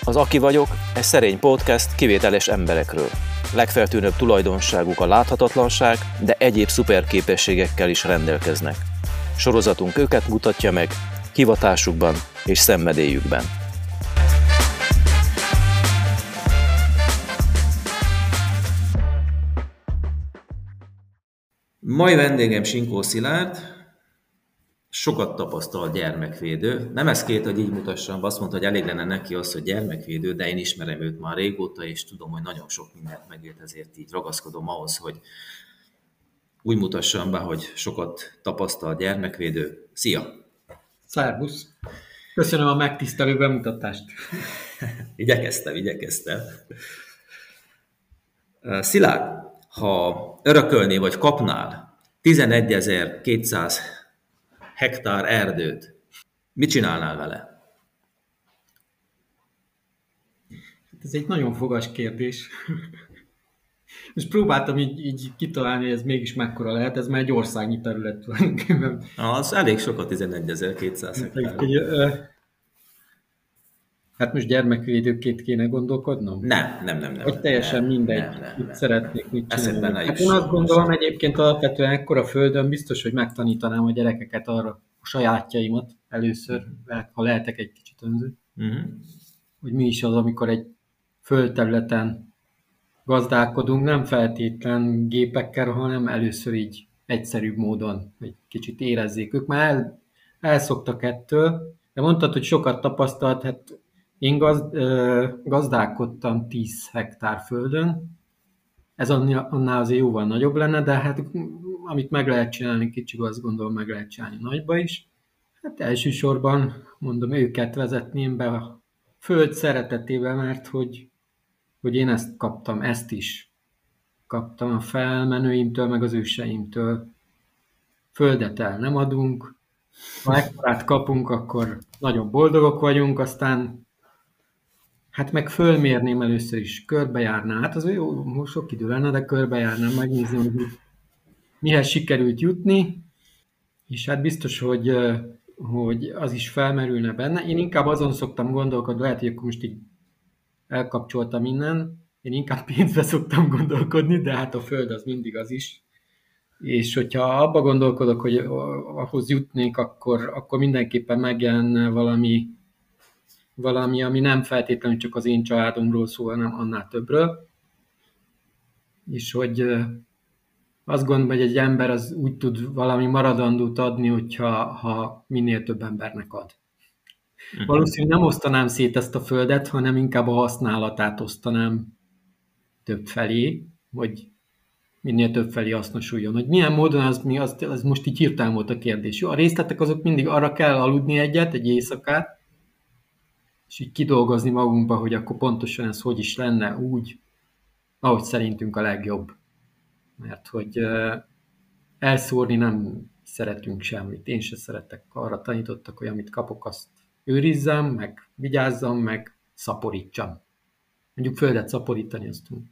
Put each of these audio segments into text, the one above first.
Az Aki vagyok, egy szerény podcast kivételes emberekről. Legfeltűnőbb tulajdonságuk a láthatatlanság, de egyéb szuperképességekkel is rendelkeznek. Sorozatunk őket mutatja meg, hivatásukban és szenvedélyükben. Mai vendégem Sinkó Szilárd, sokat tapasztalt gyermekvédő. Nem ez két, hogy így mutassam, azt mondta, hogy elég lenne neki az, hogy gyermekvédő, de én ismerem őt már régóta, és tudom, hogy nagyon sok mindent megélt, ezért így ragaszkodom ahhoz, hogy úgy mutassam be, hogy sokat tapasztalt gyermekvédő. Szia! Szervusz! Köszönöm a megtisztelő bemutatást. Igyekeztem. Szilárd, ha örökölné vagy kapnál 11.200 hektár erdőt, mit csinálnál vele? Ez egy nagyon fogas kérdés. És próbáltam így kitalálni, hogy ez mégis mekkora lehet, ez már egy országnyi terület tulajdonképpen. Az elég sok a 11.200 hektár. Hát most gyermekvédőként kéne gondolkodnom? Nem. Vagy teljesen mindegy, mit szeretnék, mit csinálni. Hát én azt gondolom egyébként alapvetően ekkora földön biztos, hogy megtanítanám a gyerekeket arra, a sajátjaimat először, ha lehetek egy kicsit önző, hogy mi is az, amikor egy földterületen gazdálkodunk, nem feltétlen gépekkel, hanem először így egyszerűbb módon, hogy kicsit érezzék. Ők már elszoktak ettől, de mondtad, hogy sokat tapasztalt, hát én gazdálkodtam 10 hektár földön, ez annál azért jóval nagyobb lenne, de hát amit meg lehet csinálni kicsibe, azt gondolom meg lehet csinálni nagyba is. Hát elsősorban mondom, őket vezetném be a föld szeretetével, mert hogy én ezt kaptam, ezt is kaptam a felmenőimtől, meg az őseimtől. Földet el nem adunk, ha ekkorát kapunk, akkor nagyon boldogok vagyunk, aztán hát meg fölmérném először is, körbejárnám, hát az jó, sok idő lenne, de körbejárnám, megnézni, hogy mihez sikerült jutni, és hát biztos, hogy az is felmerülne benne. Én inkább azon szoktam gondolkodni, lehet, hogy akkor most így elkapcsoltam innen, én inkább pénzbe szoktam gondolkodni, de hát a föld az mindig az is. És hogyha abba gondolkodok, hogy ahhoz jutnék, akkor mindenképpen megjelenne valami, ami nem feltétlenül csak az én családomról szól, hanem annál többről. És hogy azt gondolom, hogy egy ember az úgy tud valami maradandót adni, ha minél több embernek ad. Valószínűleg nem osztanám szét ezt a földet, hanem inkább a használatát osztanám több felé, hogy minél több felé hasznosuljon. Hogy milyen módon, az most így hirtelen volt a kérdés. Jó, a részletek azok mindig arra kell aludni egy éjszakát, és így kidolgozni magunkba, hogy akkor pontosan ez hogy is lenne úgy, ahogy szerintünk a legjobb. Mert hogy elszórni nem szeretünk semmit. Én se szeretek. Arra tanítottak, hogy amit kapok, azt őrizzem, meg vigyázzam, meg szaporítsam. Mondjuk földet szaporítani, azt tudom.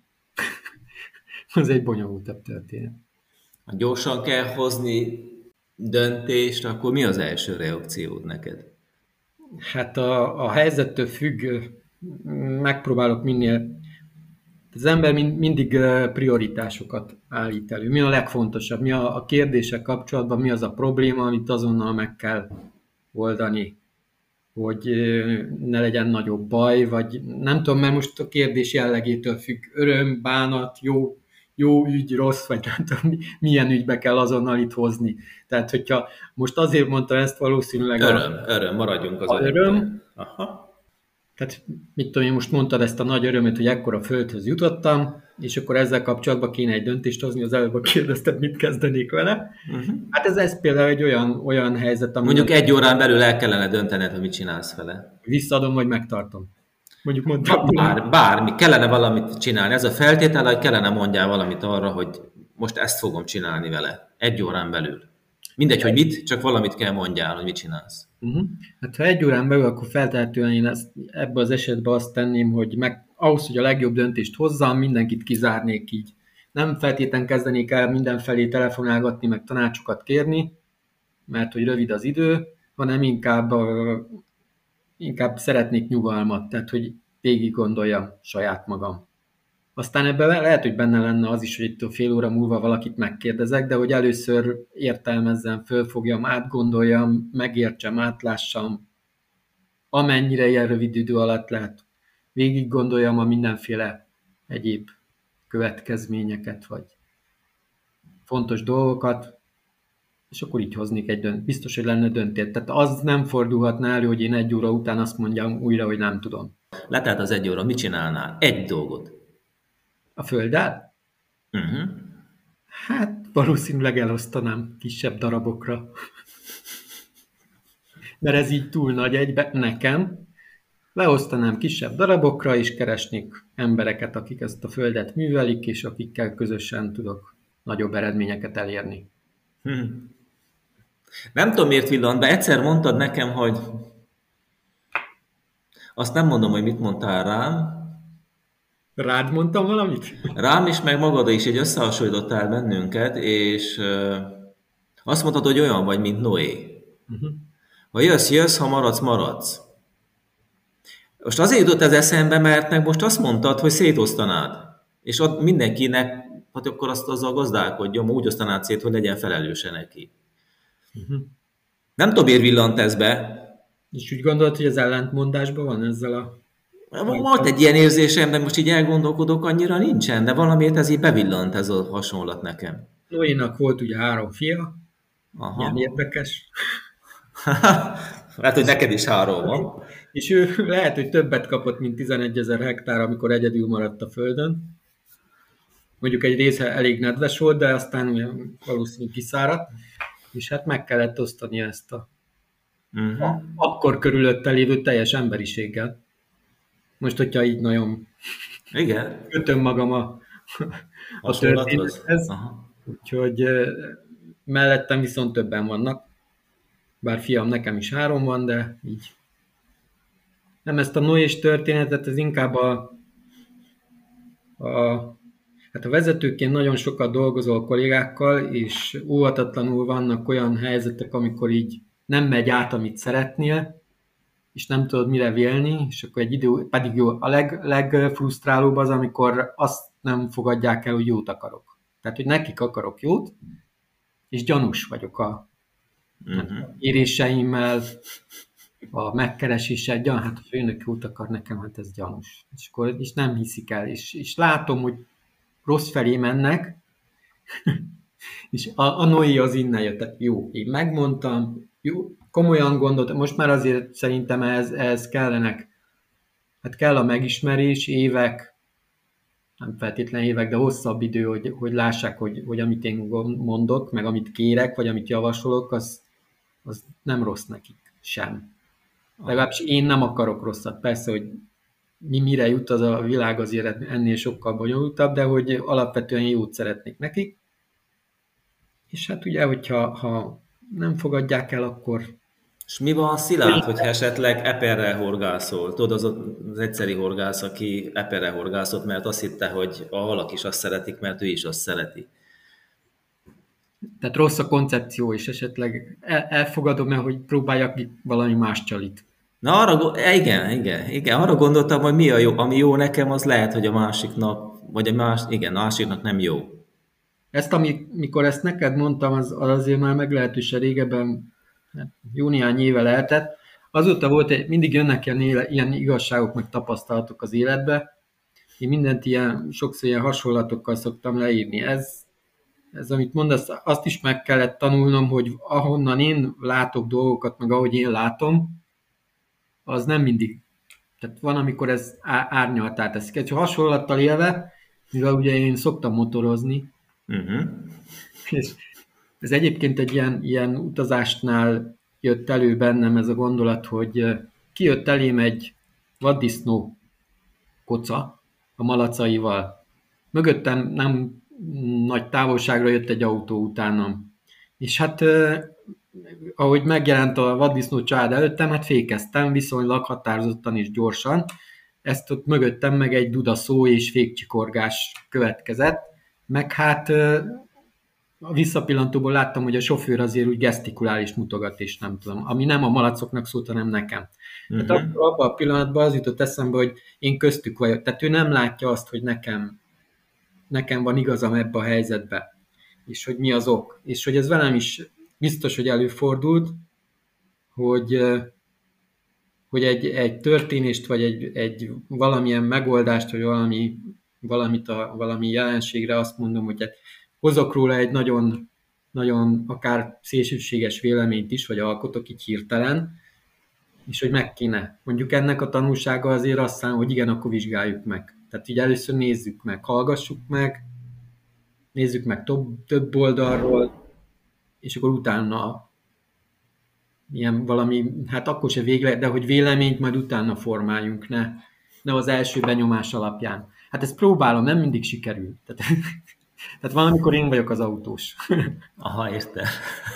Az egy bonyolultabb történet. Ha gyorsan kell hozni döntést, akkor mi az első reakciód neked? Hát a helyzettől függ, megpróbálok minél. Az ember mindig prioritásokat állít elő. Mi a legfontosabb? Mi a kérdések kapcsolatban? Mi az a probléma, amit azonnal meg kell oldani? Hogy ne legyen nagyobb baj, vagy nem tudom, mert most a kérdés jellegétől függ. Öröm, bánat, jó ügy, rossz, vagy nem tudom, milyen ügybe kell azonnal itt hozni. Tehát, hogyha most azért mondta ezt, valószínűleg... Öröm, maradjunk az öröm. Aha. Tehát, mit tudom, én most mondtad ezt a nagy örömöt, hogy ekkora földhöz jutottam, és akkor ezzel kapcsolatban kéne egy döntést hozni, az előbb kérdezted, mit kezdenék vele. Hát ez például egy olyan helyzet, ami... Mondjuk egy órán belül el kellene döntened, hogy mit csinálsz vele. Visszaadom, vagy megtartom. Mondjuk mondtam. Bármi, kellene valamit csinálni. Ez a feltétel, hogy kellene mondjál valamit arra, hogy most ezt fogom csinálni vele. Egy órán belül. Mindegy, hogy mit, csak valamit kell mondjál, hogy mit csinálsz. Hát ha egy órán belül, akkor feltehetően én ebben az esetben azt tenném, hogy ahhoz, hogy a legjobb döntést hozzam, mindenkit kizárnék így. Nem feltétlen kezdenék el mindenfelé telefonálgatni, meg tanácsokat kérni, mert hogy rövid az idő, hanem inkább szeretnék nyugalmat. Tehát, hogy végig gondoljam saját magam. Aztán ebben lehet, hogy benne lenne az is, hogy itt fél óra múlva valakit megkérdezek, de hogy először értelmezzem, fölfogjam, átgondoljam, megértsem, átlássam, amennyire ilyen rövid idő alatt lehet. Végig gondoljam a mindenféle egyéb következményeket, vagy fontos dolgokat, és akkor így hoznék egy döntést. Biztos, hogy lenne döntés. Tehát az nem fordulhatna elő, hogy én 1 óra után azt mondjam újra, hogy nem tudom. Letelt az 1 óra, mit csinálnál? Egy dolgot. A földet? Uh-huh. Hát valószínűleg elosztanám kisebb darabokra. Mert ez így túl nagy egybe nekem. Leosztanám kisebb darabokra, és keresnék embereket, akik ezt a földet művelik, és akikkel közösen tudok nagyobb eredményeket elérni. Nem tudom, miért villant be. Egyszer mondtad nekem, hogy azt nem mondom, hogy mit mondtál rám. Rád mondtam valamit? Rám is, meg magadra is egy összehasonlítottál bennünket, és azt mondtad, hogy olyan vagy, mint Noé. Ha jössz, jössz, ha maradsz, maradsz. Most azért jutott ez eszembe, mert meg most azt mondtad, hogy szétosztanád. És ott mindenkinek, hát akkor azt azzal gazdálkodjon, úgy osztanád szét, hogy legyen felelőse neki. Nem tudom, miért villant ez be. És úgy gondolod, hogy az ellentmondásban van ezzel a... Volt egy ilyen érzésem, de most így elgondolkodok, annyira nincsen, de valamiért ez így bevillant ez a hasonlat nekem. Noénak volt ugye 3 fia, Aha. ilyen érdekes. Lehet, hogy neked is 3 van. És ő lehet, hogy többet kapott, mint 11 000 hektár, amikor egyedül maradt a földön. Mondjuk egy része elég nedves volt, de aztán valószínűleg kiszáradt, és hát meg kellett osztani ezt a akkor körülötte lévő teljes emberiséggel. Most, hogyha így nagyon Igen. kötöm magam a történethez, úgyhogy mellettem viszont többen vannak, bár fiam nekem is 3 van, de így. Nem ezt a Noés történetet, ez inkább hát a vezetőként nagyon sokat dolgozol kollégákkal, és óvatatlanul vannak olyan helyzetek, amikor így nem megy át, amit szeretnél, és nem tudod mire vélni, és akkor egy idő, pedig jó, a legfrusztrálóbb az, amikor azt nem fogadják el, hogy jót akarok. Tehát, hogy nekik akarok jót, és gyanús vagyok a éréseimmel, a megkereséssel, hát a főnök jót akar nekem, hát ez gyanús. És akkor is nem hiszik el, és látom, hogy rossz felé mennek, és a Noé az innen jött, tehát jó, én megmondtam, jó, komolyan gondoltam, most már azért szerintem ez kellenek, hát kell a megismerés, évek, nem feltétlenül évek, de hosszabb idő, hogy lássák, hogy amit én mondok, meg amit kérek, vagy amit javasolok, az nem rossz nekik sem. Legalábbis én nem akarok rosszat. Persze, hogy mire jut az a világ, azért ennél sokkal bonyolultabb, de hogy alapvetően jót szeretnék nekik. És hát ugye, hogyha nem fogadják el, akkor... És mi van, Szilárd, hogyha esetleg eperrel horgászol? Tudod, az egyszeri horgász, aki eperrel horgászott, mert azt hitte, hogy a halak is azt szeretik, mert ő is azt szereti. Tehát rossz a koncepció, és esetleg elfogadom-e, hogy próbáljak valami más csalit. Na, igen, arra gondoltam, hogy mi a jó, ami jó nekem, az lehet, hogy a másiknak, vagy a másiknak nem jó. Ezt, mikor ezt neked mondtam, az azért már meglehetősen régebben, jó néhány éve lehetett. Azóta volt, mindig jönnek ilyen igazságok, meg tapasztalatok az életbe. Én mindent sokszor ilyen hasonlatokkal szoktam leírni. Ez, amit mondasz, azt is meg kellett tanulnom, hogy ahonnan én látok dolgokat, meg ahogy én látom, az nem mindig. Tehát van, amikor ez árnyaltá teszik. Egy hasonlattal élve, mivel ugye én szoktam motorozni, és ez egyébként egy ilyen utazásnál jött elő bennem ez a gondolat, hogy kijött elém egy vaddisznó koca a malacaival. Mögöttem nem nagy távolságra jött egy autó utánam. És hát ahogy megjelent a vaddisznó család előttem, hát fékeztem viszonylag határozottan és gyorsan. Ezt ott mögöttem meg egy dudaszó és fékcsikorgás következett. Meg hát a visszapillantóból láttam, hogy a sofőr azért úgy gesztikulál és mutogat, és nem tudom. Ami nem a malacoknak szólt, hanem nekem. Tehát akkor abban a pillanatban az jutott eszembe, hogy én köztük vagyok. Tehát ő nem látja azt, hogy nekem van igazam ebbe a helyzetbe, és hogy mi az ok. És hogy ez velem is biztos, hogy előfordult, hogy, hogy egy történést, vagy egy valamilyen megoldást, vagy valami jelenségre azt mondom, hogy hozok róla egy nagyon, nagyon akár szélsőséges véleményt is, vagy alkotok így hirtelen, és hogy meg kéne. Mondjuk ennek a tanulsága azért aztán, hogy igen, akkor vizsgáljuk meg. Tehát így először nézzük meg, hallgassuk meg, nézzük meg több oldalról, és akkor utána ilyen valami, hát akkor se végleg, de hogy véleményt majd utána formáljunk, ne az első benyomás alapján. Hát ezt próbálom, nem mindig sikerül. Tehát valamikor én vagyok az autós. Aha, értem.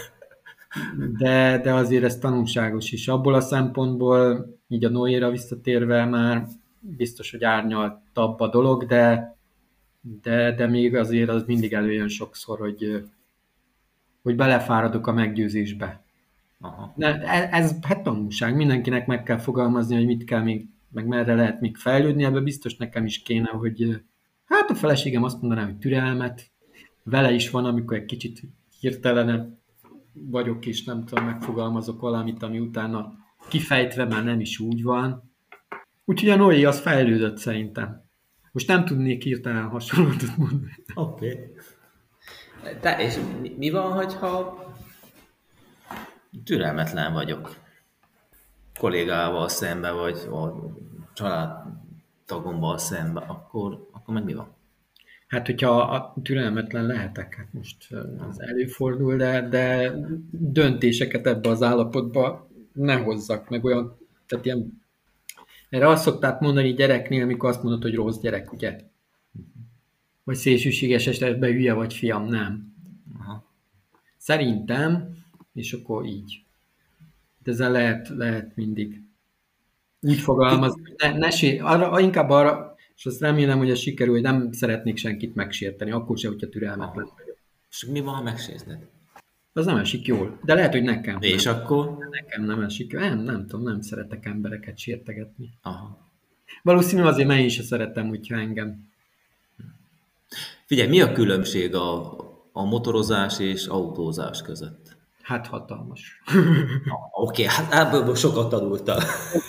De azért ez tanulságos is. Abból a szempontból, így a Noéra visszatérve már biztos, hogy árnyaltabb a dolog, de még azért az mindig előjön sokszor, hogy belefáradok a meggyőzésbe. Aha. Ez hát tanulság. Mindenkinek meg kell fogalmazni, hogy mit kell még, meg merre lehet még fejlődni. Ebben biztos nekem is kéne, hogy hát a feleségem azt mondaná, hogy türelmet. Vele is van, amikor egy kicsit hirtelenebb vagyok, és nem tudom, megfogalmazok valamit, ami utána kifejtve már nem is úgy van. Úgyhogy a Noé az fejlődött szerintem. Most nem tudnék hirtelen hasonlót mondani. Oké. Okay. És mi van, hogyha türelmetlen vagyok? Kollégával szembe, vagy a családtagommal szembe, akkor meg mi van? Hát, hogyha türelmetlen lehetek, hát most az előfordul, de döntéseket ebbe az állapotba ne hozzak, meg olyan, tehát ilyen, erre azt szokták mondani gyereknél, amikor azt mondod, hogy rossz gyerek, ugye? Vagy szélsőséges esetben hülye vagy fiam, nem. Aha. Szerintem, és akkor így. De ezzel lehet mindig úgy fogalmazni, inkább arra, és azt remélem, hogy ez sikerül, hogy nem szeretnék senkit megsérteni, akkor sem, hogyha türelmetlen vagyok. És mi van, ha megsérted? Az nem esik jól, de lehet, hogy nekem. És nem. akkor? Nekem nem esik jól. Nem tudom, nem szeretek embereket sértegetni. Aha. Valószínű azért, mert én sem szeretem, hogyha engem. Figyelj, mi a különbség a motorozás és autózás között? Hát hatalmas. Oké, hát ebből sokat tanultam.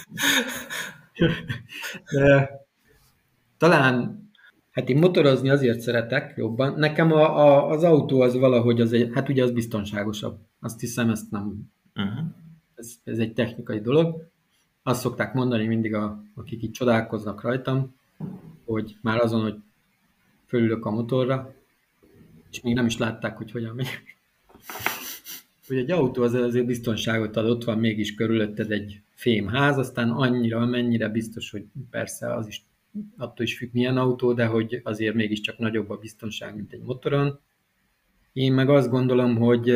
De talán, hát én motorozni azért szeretek jobban. Nekem az autó az valahogy, hát ugye az biztonságosabb. Azt hiszem, ezt nem, ez egy technikai dolog. Azt szokták mondani mindig, akik itt csodálkoznak rajtam, hogy már azon, hogy fölülök a motorra, és még nem is látták, hogy hogyan megy. Hogy egy autó az azért biztonságot ad, ott van mégis körülötted egy fémház, aztán annyira, mennyire biztos, hogy persze az is attól is függ milyen autó, de hogy azért mégiscsak nagyobb a biztonság, mint egy motoron. Én meg azt gondolom,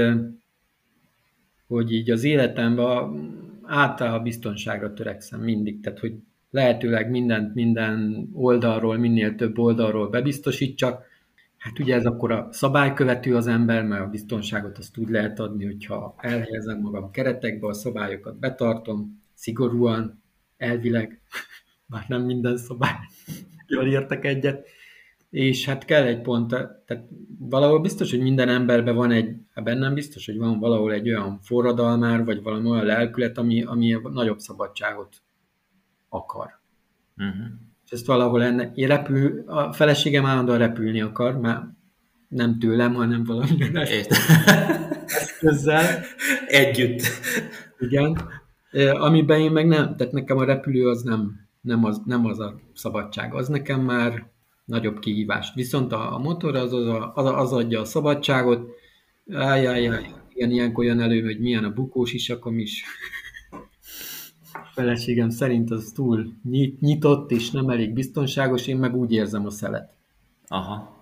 hogy így az életemben általában biztonságra törekszem mindig, tehát hogy lehetőleg minden oldalról, minél több oldalról bebiztosítsak. Hát ugye ez akkor a szabálykövető az ember, mert a biztonságot azt úgy lehet adni, hogyha elhelyezem magam keretekbe, a szabályokat betartom, szigorúan, elvileg, bár nem minden szabály, jól értek egyet, és hát kell egy pont, tehát valahol biztos, hogy minden emberben van bennem biztos, hogy van valahol egy olyan forradalmár, vagy valami olyan lelkület, ami nagyobb szabadságot akar. És ezt valahol a feleségem állandóan repülni akar, már nem tőlem, hanem valamilyen eszközzel. Együtt. Igen. Amiben én meg nem, tehát nekem a repülő az nem az a szabadság, az nekem már nagyobb kihívást. Viszont a motor az adja a szabadságot. Igen, ilyenkor jön elő, hogy milyen a bukós isakom is. Feleségem szerint az túl nyitott és nem elég biztonságos, én meg úgy érzem a szelet. Aha.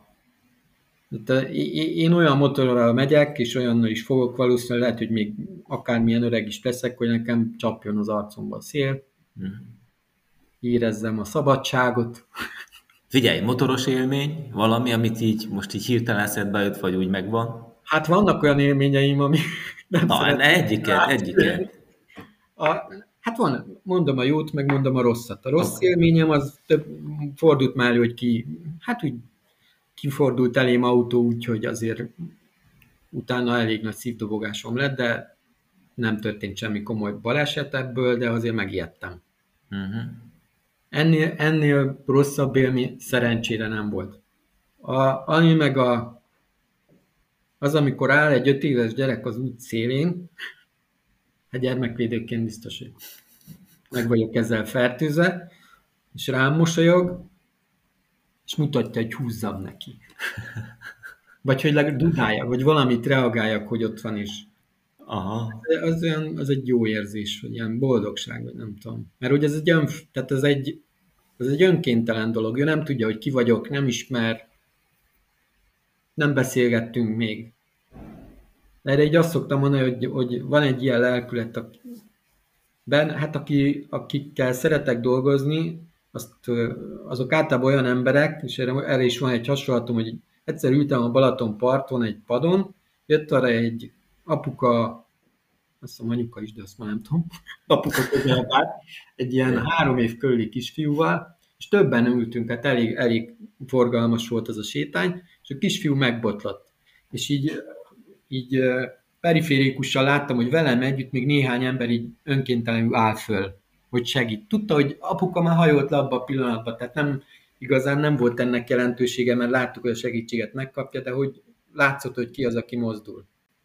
Én olyan motorral megyek, és olyannal is fogok, valószínűleg lehet, hogy még akármilyen öreg is leszek, hogy nekem csapjon az arcomba a szél. Érezzem a szabadságot. Figyelj, motoros élmény, valami, amit így most így hirtelen eszedbe jött, vagy úgy megvan? Hát vannak olyan élményeim, ami nem egyiket. Hát van, mondom a jót, meg mondom a rosszat. A rossz Oké. élményem az több, fordult már, hogy hát úgy kifordult elém autó, úgyhogy azért utána elég nagy szívdobogásom lett, de nem történt semmi komoly baleset ebből, de azért megijedtem. Uh-huh. Ennél rosszabb élmény szerencsére nem volt. Ami meg az, amikor áll egy 5 éves gyerek az út szélén, hát gyermekvédőként biztos, hogy meg vagyok ezzel fertőzve, és rám mosolyog, és mutatja, hogy húzzam neki. Vagy hogy dudálja, vagy valamit reagáljak, hogy ott van is. Aha. Az egy jó érzés, vagy ilyen boldogság, vagy nem tudom. Mert hogy tehát ez egy önkéntelen dolog. Ő nem tudja, hogy ki vagyok, nem ismer, nem beszélgettünk még. Erre így azt szoktam mondani, hogy van egy ilyen lelkület, hát akikkel szeretek dolgozni, azok általában olyan emberek, és erre is van egy hasonlatom, hogy egyszer ültem a Balaton parton egy padon, jött arra egy apuka, azt hiszem anyuka is, de azt már nem tudom, apuka közelbár, egy ilyen 3 év körüli kisfiúval, és többen ültünk, hát elég forgalmas volt az a sétány, és a kisfiú megbotlott. És így periférikusan láttam, hogy velem együtt még néhány ember így önkéntelenül áll föl, hogy segít. Tudta, hogy apuka már hajolt le abba a pillanatban, tehát igazán nem volt ennek jelentősége, mert láttuk, hogy a segítséget megkapja, de hogy látszott, hogy ki az, aki mozdul.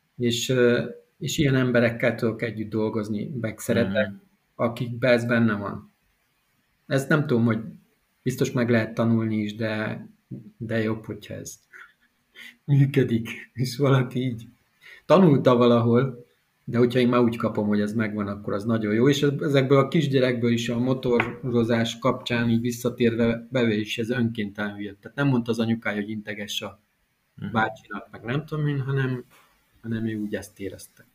És ilyen emberekkel tudok együtt dolgozni, meg szeretek, akikben ez benne van. Ezt nem tudom, hogy biztos meg lehet tanulni is, de jobb, hogyha ez működik, és valaki így tanulta valahol, de hogyha én már úgy kapom, hogy ez megvan, akkor az nagyon jó. És ezekből a kisgyerekből is a motorozás kapcsán így visszatérve bevő is ez önkéntelenül jött. Tehát nem mondta az anyukája, hogy integess a bácsinak, meg nem tudom én, hanem ő úgy ezt érezte.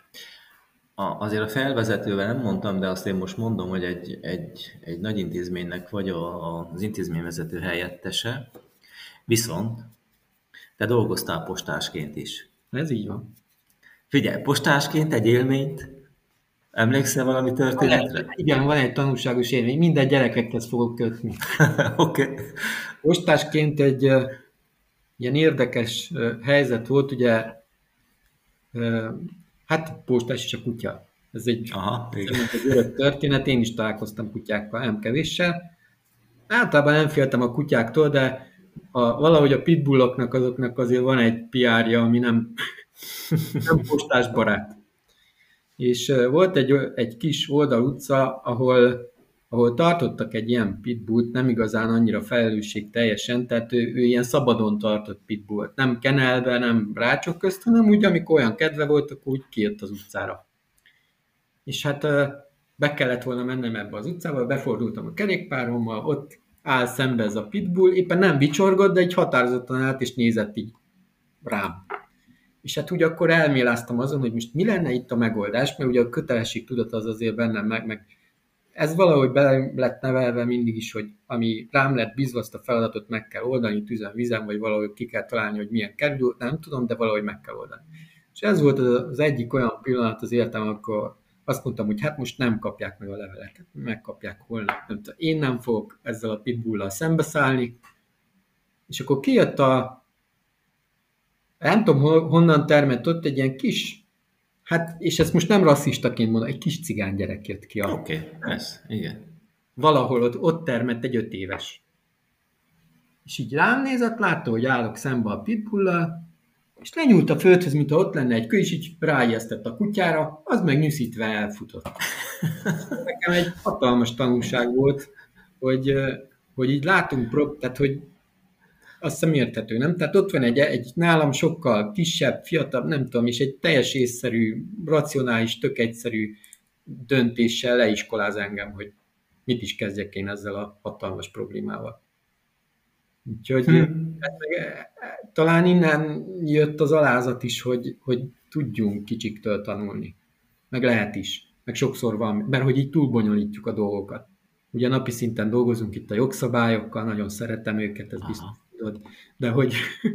Azért a felvezetővel nem mondtam, de azt én most mondom, hogy egy nagy intézménynek vagy az intézményvezető helyettese, viszont te dolgoztál postásként is. Ez így van. Figyelj, postásként egy élményt, emlékszel valami történetre? Igen, van egy tanulságos élmény, minden gyerekekhez fogok kötni. Oké. Postásként egy ilyen érdekes helyzet volt, ugye, hát postás is a kutya. Ez egy örök történet, én is találkoztam kutyákkal, nem kevéssel. Általában nem féltem a kutyáktól, de valahogy a pitbulloknak azoknak azért van egy PR-ja, ami nem postás barát. És volt egy kis oldal utca, ahol tartottak egy ilyen pitbullt, nem igazán annyira felelősség teljesen, tehát ő ilyen szabadon tartott pitbullt, nem kenelve, nem rácsok közt, hanem úgy, amikor olyan kedve volt, akkor úgy kijött az utcára. És hát be kellett volna mennem ebbe az utcába, befordultam a kerékpárommal, ott áll szembe ez a pitbull, éppen nem vicsorgott, de egy határozottan állt, és nézett így rám. És hát úgy akkor elméláztam azon, hogy most mi lenne itt a megoldás, mert ugye a kötelességtudat az azért bennem meg ez valahogy bele lett nevelve mindig is, hogy ami rám lett bízva, azt a feladatot meg kell oldani, tüzen, vizen, vagy valahogy ki kell találni, hogy milyen kerül, nem tudom, de valahogy meg kell oldani. És ez volt az egyik olyan pillanat az életem, akkor azt mondtam, hogy hát most nem kapják meg a leveleket, megkapják holnap. Nem tudom, én nem fogok ezzel a pitbullal szembeszállni. És akkor kijött nem tudom honnan termett ott egy ilyen kis, hát, és ezt most nem rasszistaként mondom, egy kis cigány gyerek jött ki. Oké, ez, igen. Valahol ott termett egy 5 éves. És így rám nézett, látta, hogy állok szembe a pitbullal, és lenyúlt a földhöz, mintha ott lenne egy kő, és így ráijesztett a kutyára, az meg nyűszítve elfutott. Nekem egy hatalmas tanulság volt, hogy így látunk, tehát hogy azt hiszem érthető, nem? Tehát ott van egy nálam sokkal kisebb, fiatalabb, nem tudom, és egy teljes észszerű, racionális, tök egyszerű döntéssel leiskoláz engem, hogy mit is kezdjek én ezzel a hatalmas problémával. Úgyhogy talán innen jött az alázat is, hogy tudjunk kicsiktől tanulni. Meg lehet is. Meg sokszor van, mert hogy így túlbonyolítjuk a dolgokat. Ugye napi szinten dolgozunk itt a jogszabályokkal, nagyon szeretem őket, ez biztos tudod. De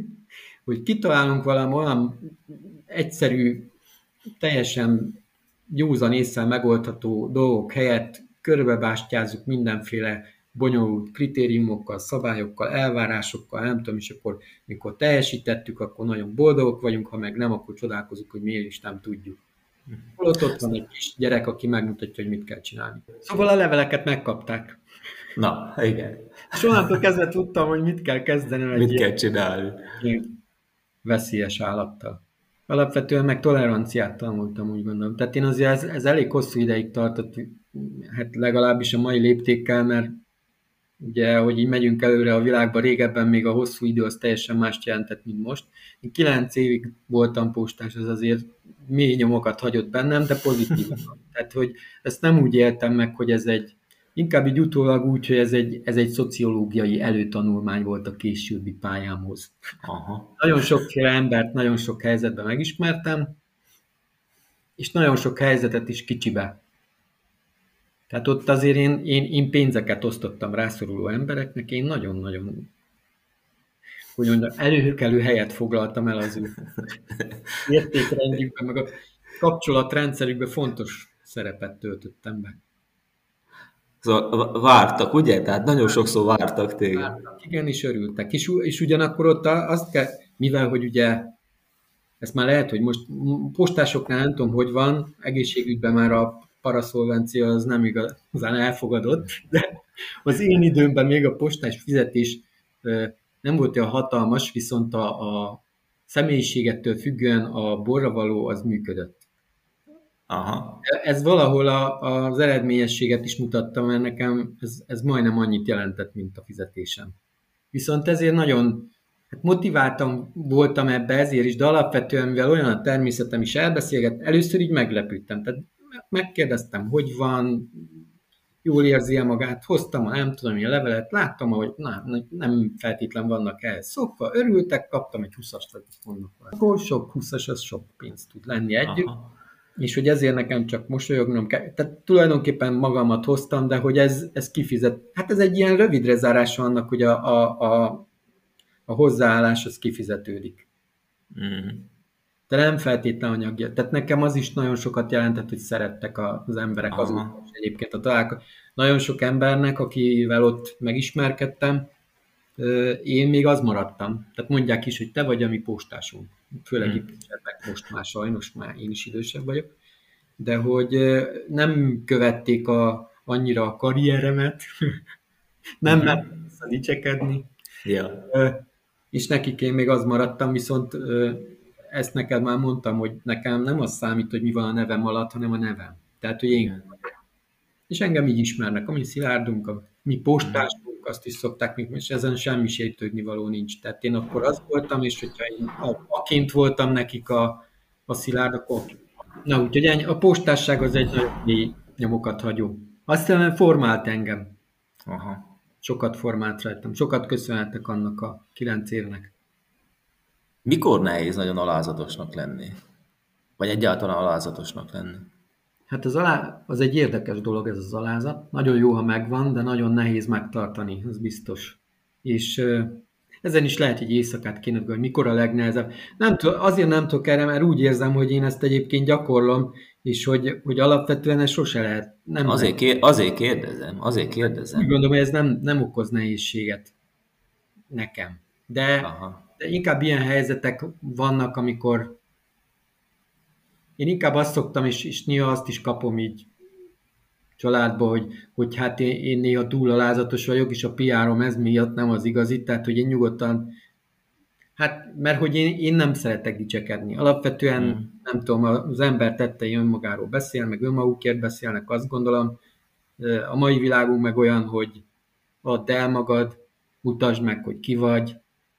hogy kitalálunk valami olyan egyszerű, teljesen józan ésszel megoldható dolgok helyett körbebástyázzuk mindenféle bonyolult kritériumokkal, szabályokkal, elvárásokkal, nem tudom, és akkor mikor teljesítettük, akkor nagyon boldogok vagyunk, ha meg nem, akkor csodálkozunk, hogy miért is nem tudjuk. Holott ott van egy kis gyerek, aki megmutatja, hogy mit kell csinálni. Szóval a leveleket megkapták. Na, igen. És onnantól kezdve tudtam, hogy mit kell kezdeni Mit kell csinálni? veszélyes állattal. Alapvetően meg toleranciát tanultam, úgy gondolom. Tehát én azért ez elég hosszú ideig tartott, hát legalábbis a mai léptékkel, mert ugye, hogy így megyünk előre a világban, régebben még a hosszú idő az teljesen mást jelentett, mint most. Én 9 évig voltam postás, az azért mély nyomokat hagyott bennem, de pozitívan. Tehát, hogy ezt nem úgy éltem meg, hogy ez egy, inkább így utólag úgy, hogy ez egy szociológiai előtanulmány volt a későbbi pályámhoz. Aha. Nagyon sokféle embert, nagyon sok helyzetben megismertem, és nagyon sok helyzetet is kicsibe. Tehát ott azért én pénzeket osztottam rászoruló embereknek, én nagyon-nagyon, hogy mondjam, előkelő helyet foglaltam el az ő értékrendjükben, meg a kapcsolatrendszerükben fontos szerepet töltöttem be. Szóval vártak, ugye? Tehát nagyon sokszor vártak téged. Vártak, igen, és örültek. És ugyanakkor ott azt kell, mivel, hogy ugye, ezt már lehet, hogy most postásoknál nem tudom, hogy van, egészségügyben már a paraszolvencia az nem igazán elfogadott, de az én időmben még a postás fizetés nem volt olyan hatalmas, viszont a személyiségettől függően a borravaló az működött. Aha. Ez valahol az eredményességet is mutatta, mert nekem ez majdnem annyit jelentett, mint a fizetésem. Viszont ezért nagyon motiváltam voltam ebbe ezért is, de alapvetően, mivel olyan a természetem is elbeszélget, először így meglepődtem. Tehát megkérdeztem, hogy van, jól érzi-e magát, hoztam a nem tudom, a levelet, láttam, hogy nem feltétlen vannak ehhez szokva, örültek, kaptam egy 20-ast, vagy mondok, akkor sok 20-as, az sok pénzt tud lenni együtt. Aha. És hogy ezért nekem csak mosolyognom kell. Tehát tulajdonképpen magamat hoztam, de hogy ez kifizet. Hát ez egy ilyen rövidre zárása annak, hogy a hozzáállás az kifizetődik. Mm. De nem feltétlen anyagja. Tehát nekem az is nagyon sokat jelentett, hogy szerettek az emberek azon. Egyébként a találkozó. Nagyon sok embernek, akivel ott megismerkedtem, én még az maradtam. Tehát mondják is, hogy te vagy a mi postásunk. Főleg itt most már sajnos, már én is idősebb vagyok. De hogy nem követték annyira a karrieremet, nem mertem visszadicsekedni. Ja. És nekik én még az maradtam, viszont ezt neked már mondtam, hogy nekem nem az számít, hogy mi van a nevem alatt, hanem a nevem. Tehát, hogy én és engem így ismernek, a mi Szilárdunk, a mi postásunk, azt is szokták, és ezen semmi sejtődni való nincs. Tehát én akkor az voltam, és hogyha én aként voltam nekik a Szilárd, akkor na úgyhogy a postásság az egy nagyon mély nyomokat hagyó. Aztán formált engem. Aha. Sokat formált rajtam. Sokat köszönhetek annak a 9 évnek. Mikor nehéz nagyon alázatosnak lenni? Vagy egyáltalán alázatosnak lenni? Hát az egy érdekes dolog ez az alázat. Nagyon jó, ha megvan, de nagyon nehéz megtartani, ez biztos. És ezen is lehet egy éjszakát kéne, hogy mikor a legnehezebb. Azért nem tudok erre, mert úgy érzem, hogy én ezt egyébként gyakorlom, és hogy alapvetően ez sose lehet. Nem azért kérdezem. Úgy gondolom, hogy ez nem okoz nehézséget nekem. De inkább ilyen helyzetek vannak, amikor én inkább azt szoktam, és néha azt is kapom így családba, hogy hát én néha túl alázatos vagyok, és a PR-om ez miatt nem az igazi, tehát hogy én nyugodtan, hát mert hogy én nem szeretek dicsekedni. Alapvetően nem tudom, az ember tettei önmagáról beszél, meg önmagukért beszélnek, azt gondolom. A mai világunk meg olyan, hogy add el magad, mutasd meg, hogy ki vagy.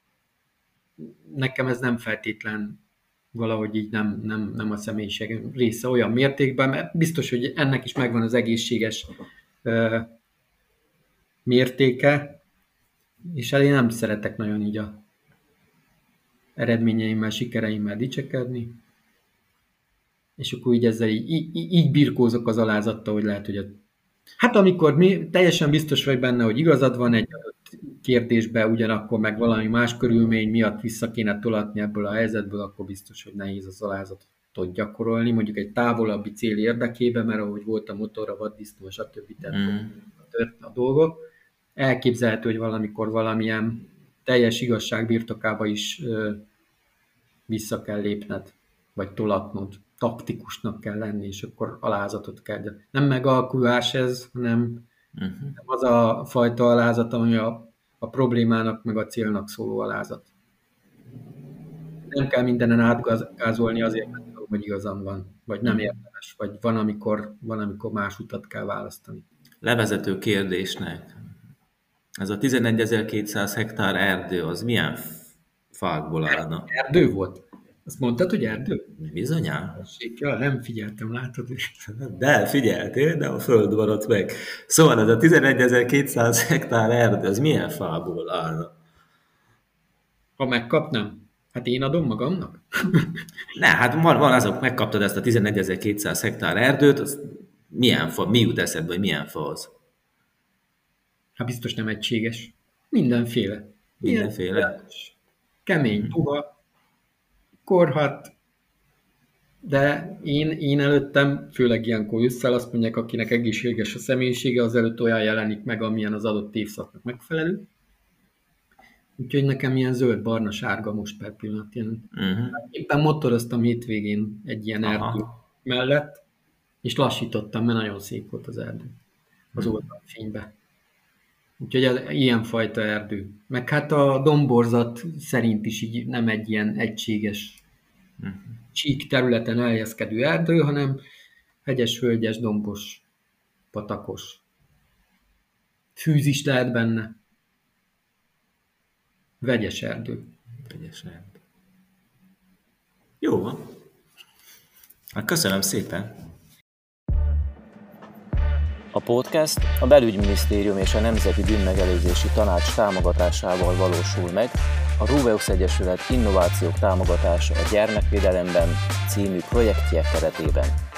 Nekem ez nem feltétlen valahogy így nem a személyiség része olyan mértékben, mert biztos, hogy ennek is megvan az egészséges mértéke, és én nem szeretek nagyon így a eredményeimmel, sikereimmel dicsekedni, és akkor így ezzel így birkózok az alázattal, hogy lehet, hogy hát amikor teljesen biztos vagy benne, hogy igazad van egy adott kérdésbe, ugyanakkor meg valami más körülmény miatt vissza kéne tolatni ebből a helyzetből, akkor biztos, hogy nehéz az alázat. tud gyakorolni, mondjuk egy távolabbi cél érdekében, mert ahogy volt a motor, a vaddisznó, stb. Tört a dolgok. Elképzelhető, hogy valamikor valamilyen teljes igazság birtokába is vissza kell lépned, vagy tolatnod. Taktikusnak kell lenni, és akkor alázatot kell. Nem megalkulás ez, hanem az a fajta alázat, ami a problémának, meg a célnak szóló alázat. Nem kell mindenen átgázolni azért, mert hogy igazam van, vagy nem érdemes, vagy van, amikor más utat kell választani. Levezető kérdésnek. Ez a 11.200 hektár erdő, az milyen fákból állna? Erdő volt? Azt mondtad, hogy erdő? Bizonyán. Ja, nem figyeltem, látod. De figyeltél, de a föld maradt meg. Szóval ez a 11.200 hektár erdő, az milyen fából állna? Ha megkapnám? Hát én adom magamnak? Ne, hát van azok, megkaptad ezt a 11.200 hektár erdőt, az milyen fa, mi jut eszedbe, hogy milyen fa az? Hát biztos nem egységes. Mindenféle. Mindenféle? Kemény, puha, korhat, de én előttem, főleg ilyenkor ősszel azt mondják, akinek egészséges a személyisége, az előtt olyan jelenik meg, amilyen az adott évszaknak megfelelő. Úgyhogy nekem ilyen zöld, barna, sárga most per pillanat jelent. Éppen motoroztam hétvégén egy ilyen erdő mellett, és lassítottam, mert nagyon szép volt az erdő. Az oldalfénybe. Úgyhogy ilyenfajta erdő. Meg hát a domborzat szerint is így nem egy ilyen egységes csík területen elhelyezkedő erdő, hanem hegyes, völgyes, dombos, patakos. Fűz is lehet benne. Vegyes erdő. Vegyes erdő. Jó van. Hát köszönöm szépen. A podcast a Belügyminisztérium és a Nemzeti Bűnmegelőzési Tanács támogatásával valósul meg a RUVEUX Egyesület Innovációk támogatása a gyermekvédelemben című projektje keretében.